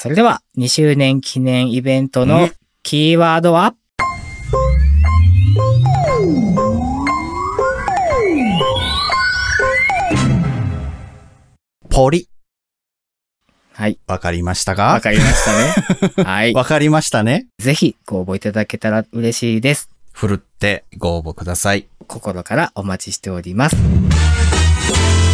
それでは、2周年記念イベントのキーワードは、 ポリ。 はい。 わかりましたか？ わかりましたね。はい。 わかりましたね。 ぜひご応募いただけたら嬉しいです。 ふるってご応募ください。 心からお待ちしております。